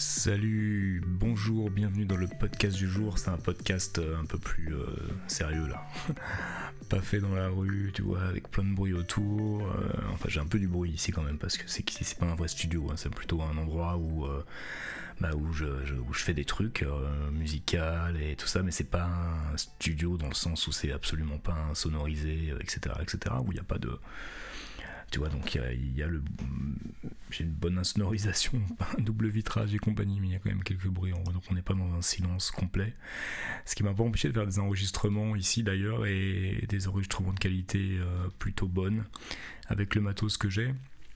Salut, bonjour, bienvenue dans le podcast du jour. C'est un podcast un peu plus sérieux là. Pas fait dans la rue, tu vois, avec plein de bruit autour. Enfin, j'ai un peu du bruit ici quand même parce que c'est pas un vrai studio, hein. C'est plutôt un endroit où je fais des trucs musicaux et tout ça, mais c'est pas un studio dans le sens où c'est absolument pas insonorisé, etc., etc., où il n'y a pas de... Tu vois, donc j'ai une bonne insonorisation, un double vitrage et compagnie, mais il y a quand même quelques bruits, donc on n'est pas dans un silence complet. Ce qui m'a pas empêché de faire des enregistrements ici d'ailleurs, et des enregistrements de qualité plutôt bonne, avec le matos que j'ai.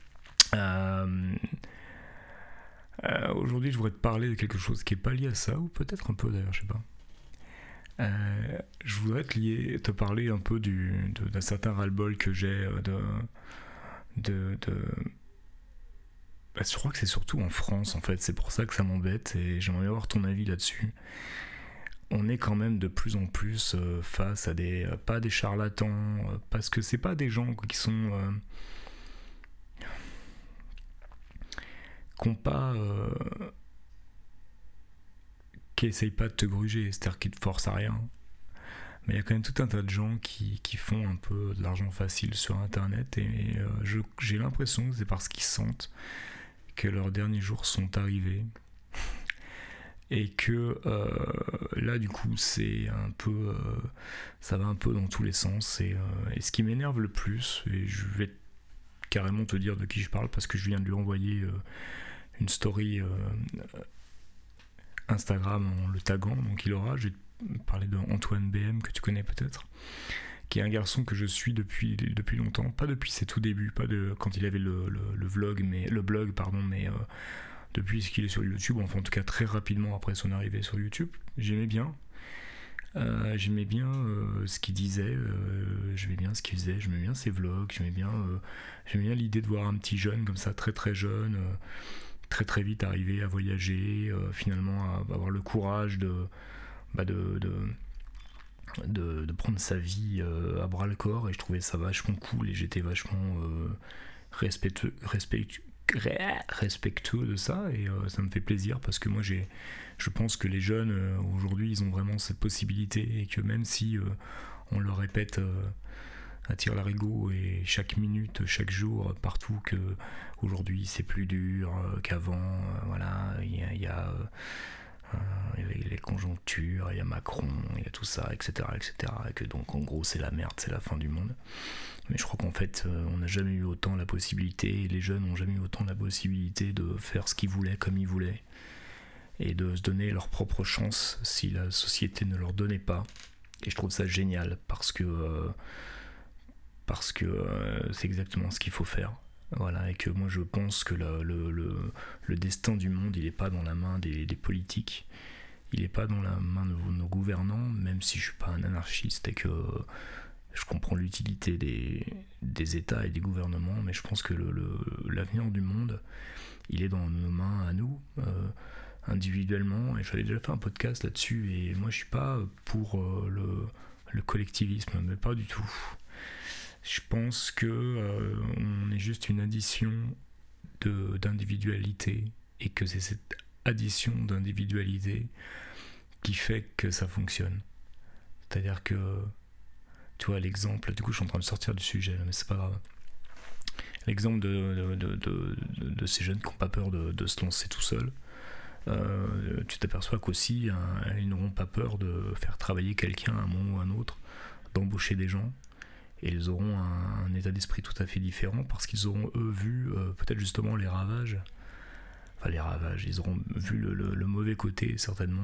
Aujourd'hui, je voudrais te parler de quelque chose qui est pas lié à ça, ou peut-être un peu d'ailleurs, je sais pas. Je voudrais te parler un peu d'un certain ras-le-bol que j'ai je crois que c'est surtout en France en fait, c'est pour ça que ça m'embête et j'aimerais avoir ton avis là-dessus. On est quand même de plus en plus face à pas des charlatans, parce que c'est pas des gens qui sont qui essayent pas de te gruger, c'est-à-dire qui te forcent à rien. Mais il y a quand même tout un tas de gens qui font un peu de l'argent facile sur internet et j'ai l'impression que c'est parce qu'ils sentent que leurs derniers jours sont arrivés et que là du coup c'est un peu ça va un peu dans tous les sens et ce qui m'énerve le plus, et je vais carrément te dire de qui je parle parce que je viens de lui envoyer une story Instagram en le taguant, donc je vais parler d'Antoine BM que tu connais peut-être, qui est un garçon que je suis depuis longtemps, pas depuis ses tout débuts, pas de quand il avait le blog, mais depuis qu'il est sur YouTube, enfin en tout cas très rapidement après son arrivée sur YouTube. J'aimais bien ce qu'il disait, j'aimais bien ce qu'il faisait, j'aimais bien ses vlogs, j'aimais bien l'idée de voir un petit jeune comme ça, très très jeune, très très vite arriver à voyager, finalement à avoir le courage de prendre sa vie à bras le corps, et je trouvais ça vachement cool et j'étais vachement respectueux de ça, et ça me fait plaisir parce que moi je pense que les jeunes aujourd'hui ils ont vraiment cette possibilité, et que même si on leur répète à tire-larigot et chaque minute, chaque jour, partout, que aujourd'hui c'est plus dur qu'avant, voilà, il y a les conjonctures, il y a Macron, il y a tout ça, etc., etc., et que donc en gros c'est la merde, c'est la fin du monde. Mais je crois qu'en fait on n'a jamais eu autant la possibilité, et les jeunes n'ont jamais eu autant la possibilité de faire ce qu'ils voulaient comme ils voulaient, et de se donner leur propre chance si la société ne leur donnait pas. Et je trouve ça génial parce que c'est exactement ce qu'il faut faire. Voilà, et que moi je pense que le destin du monde, il n'est pas dans la main des politiques, il n'est pas dans la main de nos gouvernants, même si je suis pas un anarchiste et que je comprends l'utilité des États et des gouvernements, mais je pense que l'avenir du monde, il est dans nos mains à nous, individuellement, et j'avais déjà fait un podcast là-dessus, et moi je suis pas pour le collectivisme, mais pas du tout. Je pense que on est juste une addition d'individualité, et que c'est cette addition d'individualité qui fait que ça fonctionne. C'est-à-dire que, tu vois, l'exemple, du coup je suis en train de sortir du sujet là, mais c'est pas grave. L'exemple de ces jeunes qui n'ont pas peur de se lancer tout seuls, tu t'aperçois qu'aussi ils n'auront pas peur de faire travailler quelqu'un à un moment ou à un autre, d'embaucher des gens. Et ils auront un état d'esprit tout à fait différent parce qu'ils auront eux vu peut-être justement les ravages, ils auront vu le mauvais côté certainement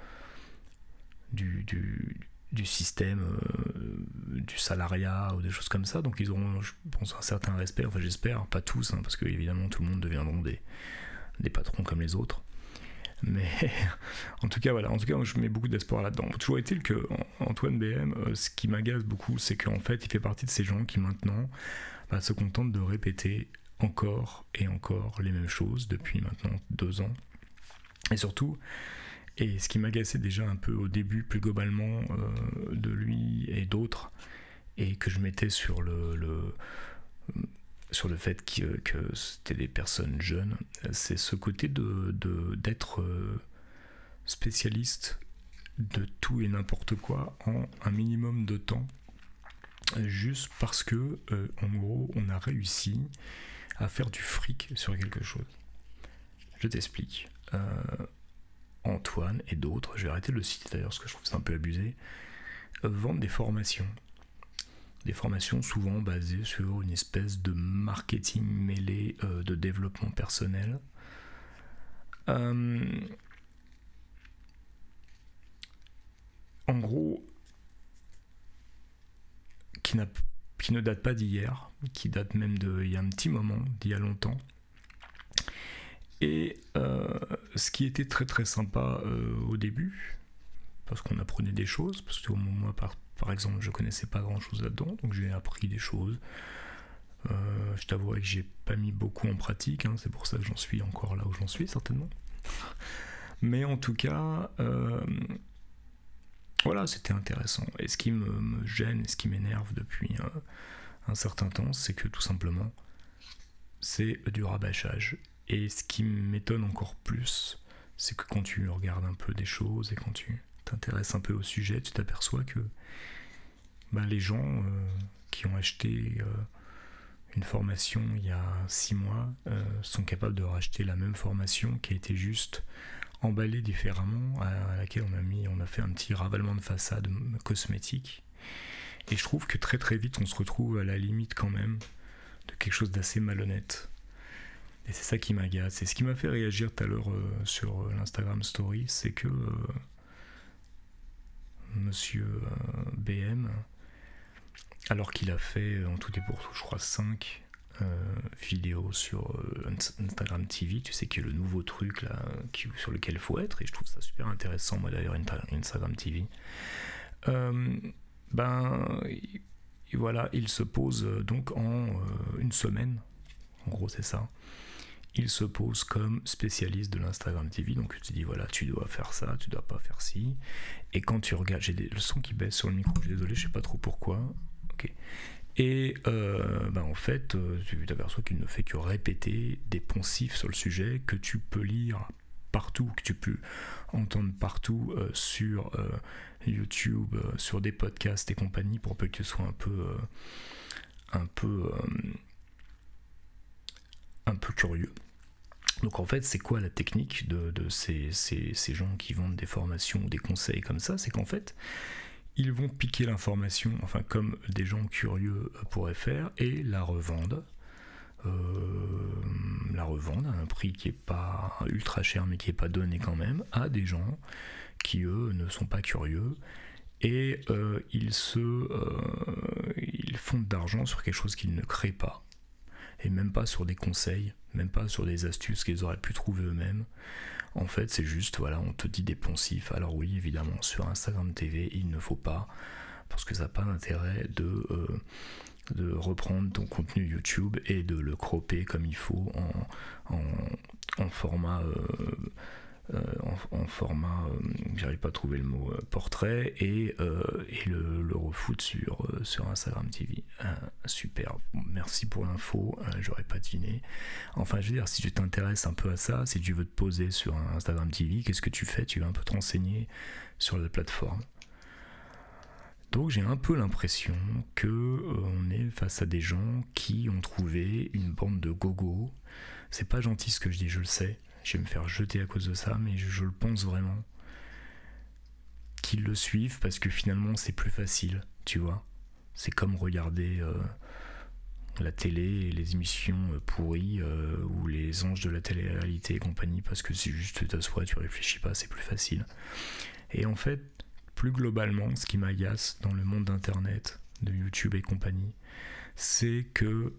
du système, du salariat ou des choses comme ça. Donc ils auront, je pense, un certain respect, enfin j'espère, pas tous, hein, parce que évidemment tout le monde deviendront des patrons comme les autres. Mais en tout cas voilà, je mets beaucoup d'espoir là-dedans. Toujours est-il que Antoine BM, ce qui m'agace beaucoup, c'est qu'en fait il fait partie de ces gens qui maintenant se contentent de répéter encore et encore les mêmes choses depuis maintenant 2 ans. Et surtout, et ce qui m'agaçait déjà un peu au début plus globalement de lui et d'autres, et que je mettais sur sur le fait que c'était des personnes jeunes, c'est ce côté d'être spécialiste de tout et n'importe quoi en un minimum de temps, juste parce que en gros on a réussi à faire du fric sur quelque chose. Je t'explique. Antoine et d'autres, je vais arrêter de le citer d'ailleurs parce que je trouve que c'est un peu abusé, vendent des formations. Des formations souvent basées sur une espèce de marketing mêlé de développement personnel. En gros, qui ne date pas d'hier, qui date même d'il y a un petit moment, d'il y a longtemps. Et ce qui était très très sympa au début, parce qu'on apprenait des choses, parce que moi par exemple je connaissais pas grand chose là-dedans, donc j'ai appris des choses. Je t'avouerai que j'ai pas mis beaucoup en pratique, hein, c'est pour ça que j'en suis encore là où j'en suis certainement. Mais en tout cas, voilà, c'était intéressant. Et ce qui me gêne, ce qui m'énerve depuis un certain temps, c'est que tout simplement, c'est du rabâchage. Et ce qui m'étonne encore plus, c'est que quand tu regardes un peu des choses et quand tu t'intéresses un peu au sujet, tu t'aperçois que les gens qui ont acheté une formation il y a 6 mois sont capables de racheter la même formation qui a été juste emballée différemment, à laquelle on a fait un petit ravalement de façade cosmétique. Et je trouve que très très vite on se retrouve à la limite quand même de quelque chose d'assez malhonnête. Et c'est ça qui m'agace. C'est ce qui m'a fait réagir tout à l'heure sur l'Instagram Story, c'est que Monsieur BM, alors qu'il a fait en tout et pour tout, je crois, 5 vidéos sur Instagram TV, tu sais, qui est le nouveau truc là, sur lequel il faut être, et je trouve ça super intéressant, moi d'ailleurs, Instagram TV. Voilà, il se pose donc en une semaine, en gros c'est ça. Il se pose comme spécialiste de l'Instagram TV, donc tu te dis voilà, tu dois faire ça, tu dois pas faire ci. Et quand tu regardes, j'ai le son qui baisse sur le micro, je suis désolé, je sais pas trop pourquoi. Ok. Et en fait, tu t'aperçois qu'il ne fait que répéter des poncifs sur le sujet que tu peux lire partout, que tu peux entendre partout sur YouTube, sur des podcasts et compagnie, pour peu que tu sois un peu curieux. Donc en fait, c'est quoi la technique de ces gens qui vendent des formations ou des conseils comme ça? C'est qu'en fait, ils vont piquer l'information, enfin comme des gens curieux pourraient faire, et la revendent à un prix qui est pas ultra cher mais qui est pas donné quand même, à des gens qui eux ne sont pas curieux, et ils font de l'argent sur quelque chose qu'ils ne créent pas, et même pas sur des conseils, même pas sur des astuces qu'ils auraient pu trouver eux-mêmes. En fait, c'est juste, voilà, on te dit des poncifs. Alors oui, évidemment, sur Instagram TV, il ne faut pas, parce que ça n'a pas d'intérêt de reprendre ton contenu YouTube et de le cropper comme il faut en format... j'arrive pas à trouver le mot, portrait, et le refoutre sur Instagram TV. Super, merci pour l'info, j'aurais pas deviné. Enfin, je veux dire, si tu t'intéresses un peu à ça, si tu veux te poser sur un Instagram TV, qu'est-ce que tu fais? Tu vas un peu te renseigner sur la plateforme. Donc j'ai un peu l'impression que on est face à des gens qui ont trouvé une bande de gogos. C'est pas gentil ce que je dis, je le sais. Je vais me faire jeter à cause de ça, mais je le pense vraiment. Qu'ils le suivent parce que finalement c'est plus facile, tu vois. C'est comme regarder la télé et les émissions pourries ou les anges de la télé-réalité et compagnie, parce que c'est juste tu t'assois, tu réfléchis pas, c'est plus facile. Et en fait, plus globalement, ce qui m'agace dans le monde d'internet, de YouTube et compagnie, c'est que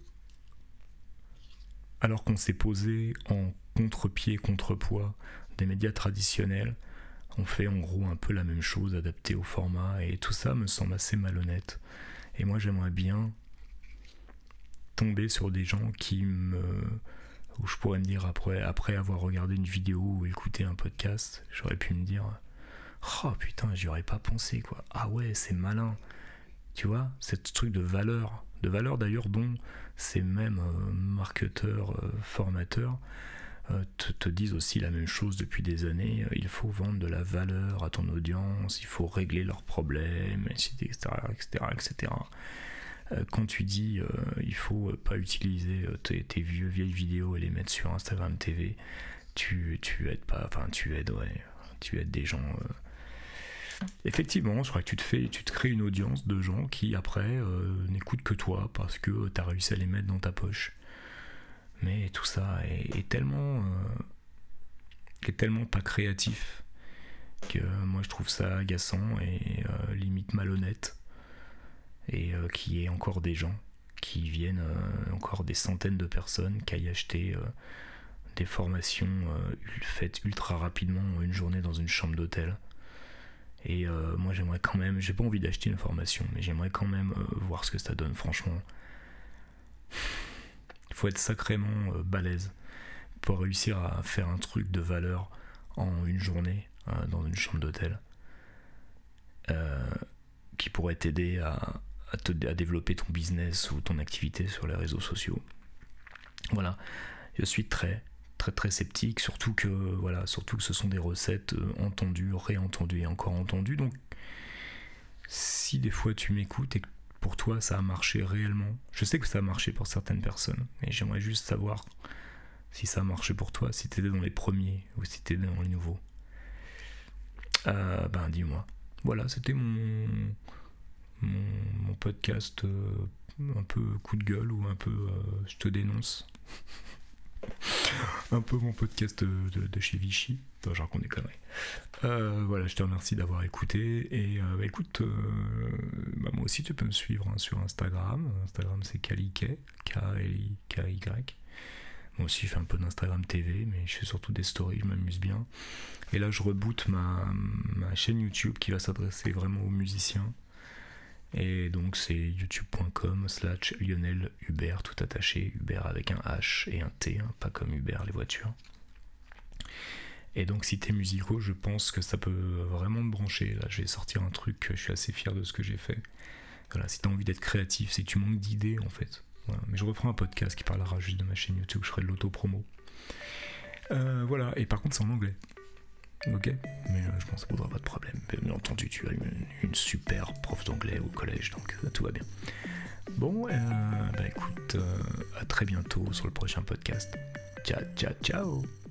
alors qu'on s'est posé en contre-pied, contrepoids des médias traditionnels, on fait en gros un peu la même chose adaptée au format, et tout ça me semble assez malhonnête. Et moi j'aimerais bien tomber sur des gens où je pourrais me dire après avoir regardé une vidéo ou écouté un podcast, j'aurais pu me dire oh putain, j'y aurais pas pensé quoi. Ah ouais, c'est malin. Tu vois, ce truc de valeur de valeurs d'ailleurs dont ces mêmes marketeurs, formateurs te disent aussi la même chose depuis des années. Il faut vendre de la valeur à ton audience, il faut régler leurs problèmes, etc. etc. Quand tu dis il faut pas utiliser tes vieilles vidéos et les mettre sur Instagram TV, tu aides pas, enfin tu aides des gens. Effectivement, je crois que tu te crées une audience de gens qui après n'écoutent que toi parce que tu as réussi à les mettre dans ta poche. Mais tout ça est tellement pas créatif que moi je trouve ça agaçant et limite malhonnête. Et qu'il y ait encore des gens qui viennent, encore des centaines de personnes qui aillent acheter des formations faites ultra rapidement en une journée dans une chambre d'hôtel. Et moi j'aimerais quand même, j'ai pas envie d'acheter une formation, mais j'aimerais quand même voir ce que ça donne. Franchement, il faut être sacrément balèze pour réussir à faire un truc de valeur en une journée dans une chambre d'hôtel qui pourrait t'aider à développer ton business ou ton activité sur les réseaux sociaux. Voilà, je suis très sceptique, surtout que ce sont des recettes entendues, réentendues et encore entendues. Donc si des fois tu m'écoutes et que pour toi ça a marché réellement, je sais que ça a marché pour certaines personnes, mais j'aimerais juste savoir si ça a marché pour toi, si t'étais dans les premiers ou si t'étais dans les nouveaux. Dis-moi. Voilà, c'était mon podcast un peu coup de gueule ou un peu je te dénonce. Un peu mon podcast de chez Vichy. Enfin, je raconte des conneries. Voilà, je te remercie d'avoir écouté. Et écoute, moi aussi tu peux me suivre sur Instagram. Instagram c'est Kalikay, K-L-I-K-Y. Moi aussi je fais un peu d'Instagram TV, mais je fais surtout des stories, je m'amuse bien. Et là je reboote ma chaîne YouTube qui va s'adresser vraiment aux musiciens. Et donc c'est youtube.com/Lionel Hubert, tout attaché, Hubert avec un H et un T, hein, pas comme Uber les voitures. Et donc si t'es musicaux, je pense que ça peut vraiment te brancher. Là je vais sortir un truc, je suis assez fier de ce que j'ai fait. Voilà, si t'as envie d'être créatif, si tu manques d'idées en fait. Voilà. Mais je reprends un podcast qui parlera juste de ma chaîne YouTube, je ferai de l'auto-promo. Voilà, et par contre c'est en anglais. Ok, mais je pense que ça posera pas de problème. Bien entendu, tu as une super prof d'anglais au collège, donc tout va bien. Bon, écoute, à très bientôt sur le prochain podcast. Ciao, ciao, ciao.